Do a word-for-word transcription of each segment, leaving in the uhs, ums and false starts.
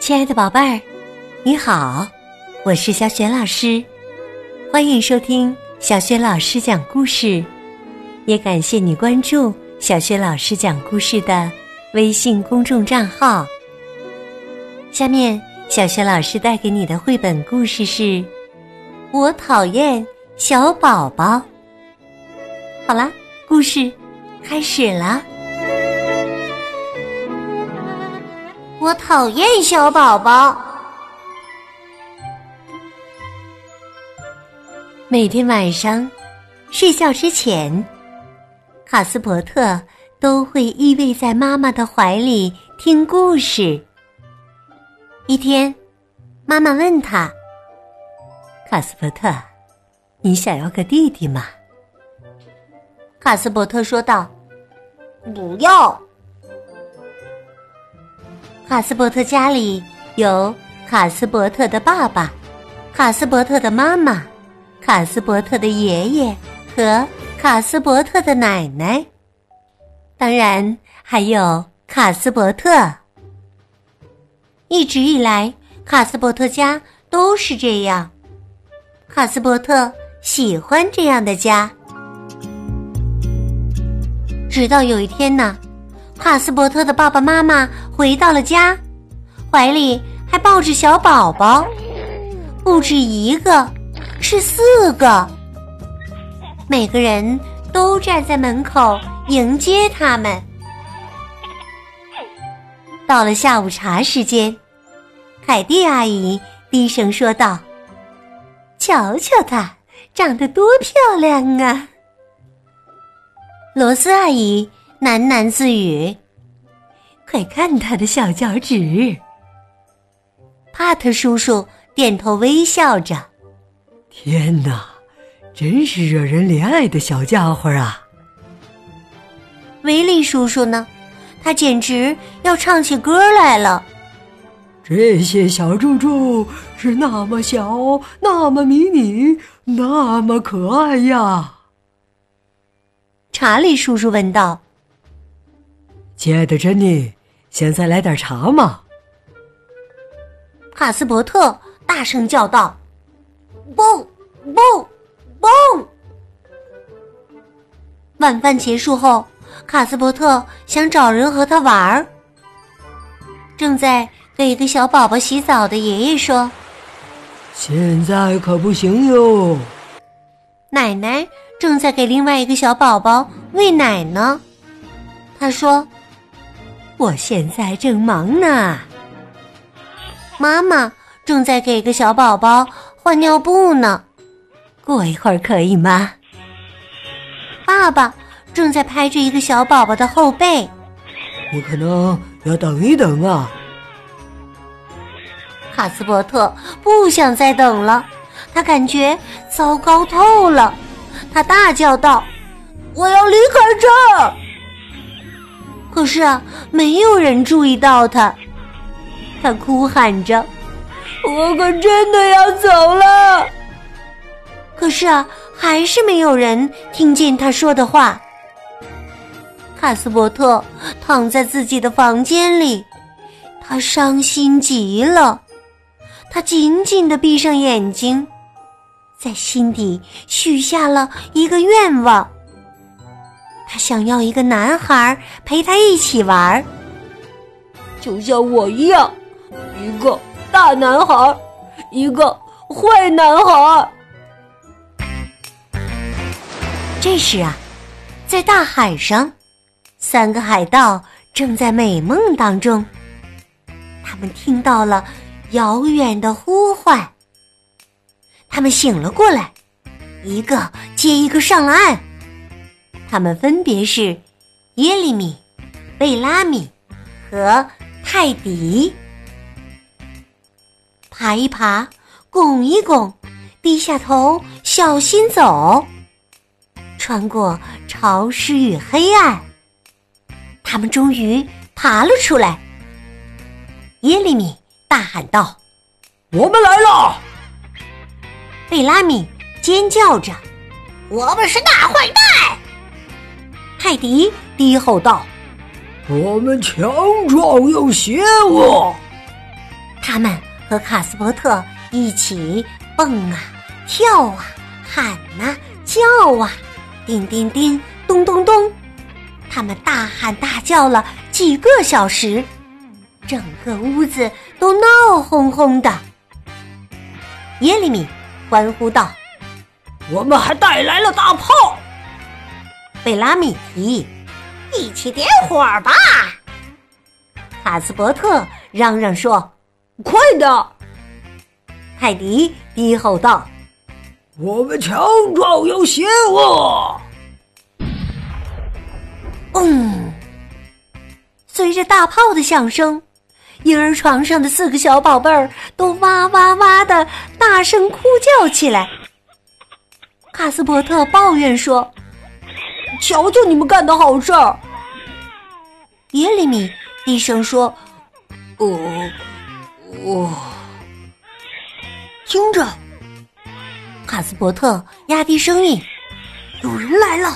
亲爱的宝贝儿，你好，我是小雪老师，欢迎收听小雪老师讲故事，也感谢你关注小雪老师讲故事的微信公众账号。下面小雪老师带给你的绘本故事是我讨厌小宝宝。好了，故事开始了。 我讨厌小宝宝。 每天晚上睡觉之前，卡斯伯特都会依偎在妈妈的怀里听故事。一天，妈妈问他：卡斯伯特，你想要个弟弟吗？ 卡斯伯特说道：不要。 卡斯伯特家里有卡斯伯特的爸爸、卡斯伯特的妈妈、卡斯伯特的爷爷和卡斯伯特的奶奶，当然还有卡斯伯特。一直以来，卡斯伯特家都是这样。卡斯伯特喜欢这样的家。直到有一天呢，卡斯伯特的爸爸妈妈回到了家，怀里还抱着小宝宝，不止一个，是四个。每个人都站在门口迎接他们。到了下午茶时间，凯蒂阿姨低声说道：瞧瞧她长得多漂亮啊。罗斯阿姨喃喃自语：快看他的小脚趾。帕特叔叔点头微笑着： 天哪，真是惹人怜爱的小家伙啊。 维利叔叔呢，他简直要唱起歌来了。 这些小猪猪是那么小，那么迷你，那么可爱呀。 查理叔叔问道： 亲爱的珍妮，现在来点茶吗？ 卡斯伯特大声叫道： 蹦蹦蹦！ 晚饭结束后，卡斯伯特想找人和他玩儿。正在给一个小宝宝洗澡的爷爷说： 现在可不行哟。 奶奶正在给另外一个小宝宝喂奶呢。他说：我现在正忙呢。妈妈正在给个小宝宝换尿布呢。过一会儿可以吗？爸爸正在拍着一个小宝宝的后背。 你可能要等一等啊。 卡斯伯特不想再等了，他感觉糟糕透了。他大叫道：我要离开这儿！可是啊，没有人注意到他。他哭喊着：我可真的要走了！可是啊，还是没有人听见他说的话。卡斯伯特躺在自己的房间里，他伤心极了。他紧紧地闭上眼睛，在心底许下了一个愿望。他想要一个男孩陪他一起玩， 就像我一样，一个大男孩，一个坏男孩。 这时啊，在大海上，三个海盗正在美梦当中。他们听到了遥远的呼唤，他们醒了过来，一个接一个上了岸。他们分别是耶利米、贝拉米和泰迪。爬一爬，拱一拱，低下头，小心走。穿过潮湿与黑暗，他们终于爬了出来。耶利米大喊道： 我们来了！ 贝拉米尖叫着： 我们是大坏蛋！ 泰迪低吼道： 我们强壮又邪恶！ 他们和卡斯伯特一起蹦啊跳啊喊啊叫啊，叮叮叮咚咚咚，他们大喊大叫了几个小时，整个屋子都闹哄哄的。耶利米欢呼道： 我们还带来了大炮。 贝拉米提议：一起点火吧。卡斯伯特嚷嚷说： 快的！ 泰迪低吼道： 我们强壮有邪恶。 嗯，随着大炮的响声，婴儿床上的四个小宝贝儿都哇哇哇的大声哭叫起来。卡斯伯特抱怨说： 瞧瞧你们干的好事儿。 耶利米低声说： 哦哦， 听着。卡斯伯特压低声音：有人来了，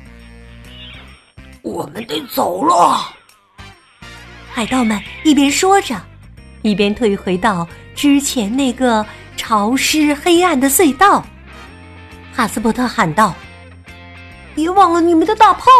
我们得走了。 海盗们一边说着，一边退回到之前那个潮湿黑暗的隧道。卡斯伯特喊道： 别忘了你们的大炮。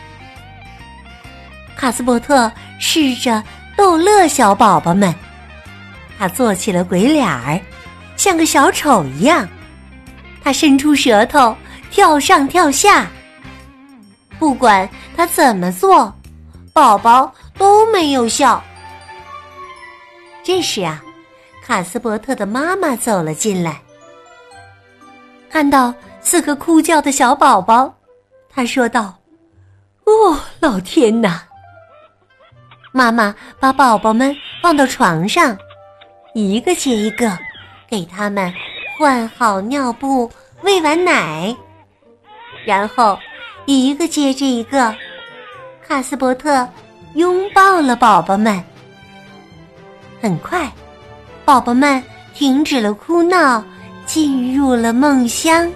卡斯伯特试着逗乐小宝宝们，他做起了鬼脸儿，像个小丑一样。他伸出舌头，跳上跳下。不管他怎么做，宝宝都没有笑。这时啊，卡斯伯特的妈妈走了进来，看到四个哭叫的小宝宝，她说道：哦，老天哪！妈妈把宝宝们放到床上，一个接一个给他们换好尿布，喂完奶，然后一个接着一个，卡斯伯特拥抱了宝宝们。很快，宝宝们停止了哭闹，进入了梦乡。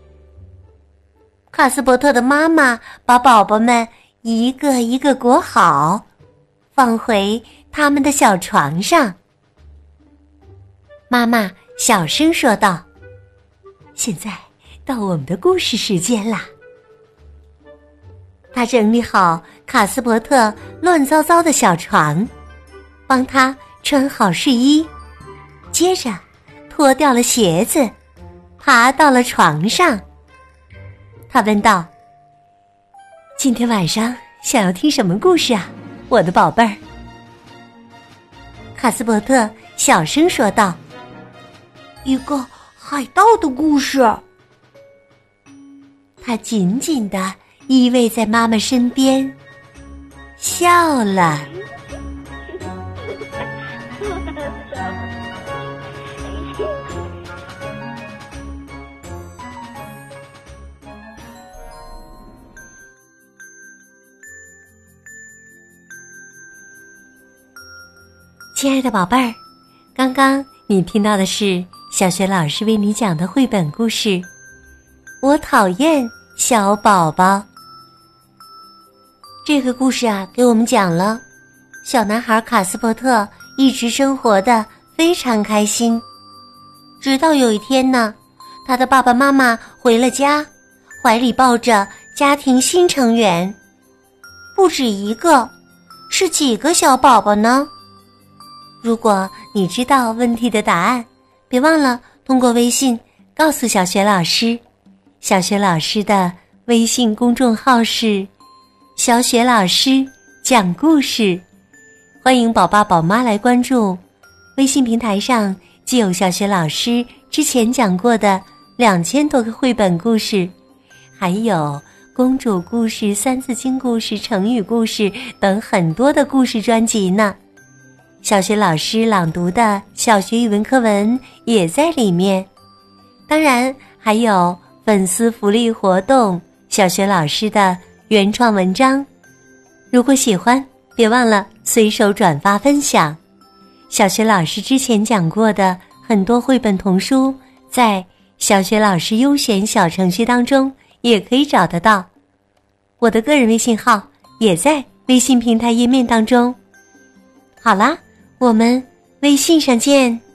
卡斯伯特的妈妈把宝宝们一个一个裹好，放回他们的小床上。妈妈小声说道：现在到我们的故事时间啦。她整理好卡斯伯特乱糟糟的小床，帮他穿好睡衣，接着脱掉了鞋子，爬到了床上。他问道：今天晚上想要听什么故事啊，我的宝贝儿？卡斯伯特小声说道： 一个海盗的故事。 他紧紧地依偎在妈妈身边，笑了。亲爱的宝贝儿，刚刚你听到的是小学老师为你讲的绘本故事《我讨厌小宝宝》。这个故事啊，给我们讲了小男孩卡斯伯特一直生活的非常开心，直到有一天呢，他的爸爸妈妈回了家，怀里抱着家庭新成员，不止一个，是几个小宝宝呢？如果你知道问题的答案，别忘了通过微信告诉小学老师。小学老师的微信公众号是小雪老师讲故事，欢迎宝爸宝妈来关注。微信平台上既有小学老师之前讲过的两千多个绘本故事，还有公主故事、三字经故事、成语故事等很多的故事专辑呢。小学老师朗读的小学语文课文也在里面，当然还有粉丝福利活动，小学老师的原创文章。如果喜欢，别忘了随手转发分享。小学老师之前讲过的很多绘本童书，在小学老师优选小程序当中也可以找得到。我的个人微信号也在微信平台页面当中。好啦，我们微信上见。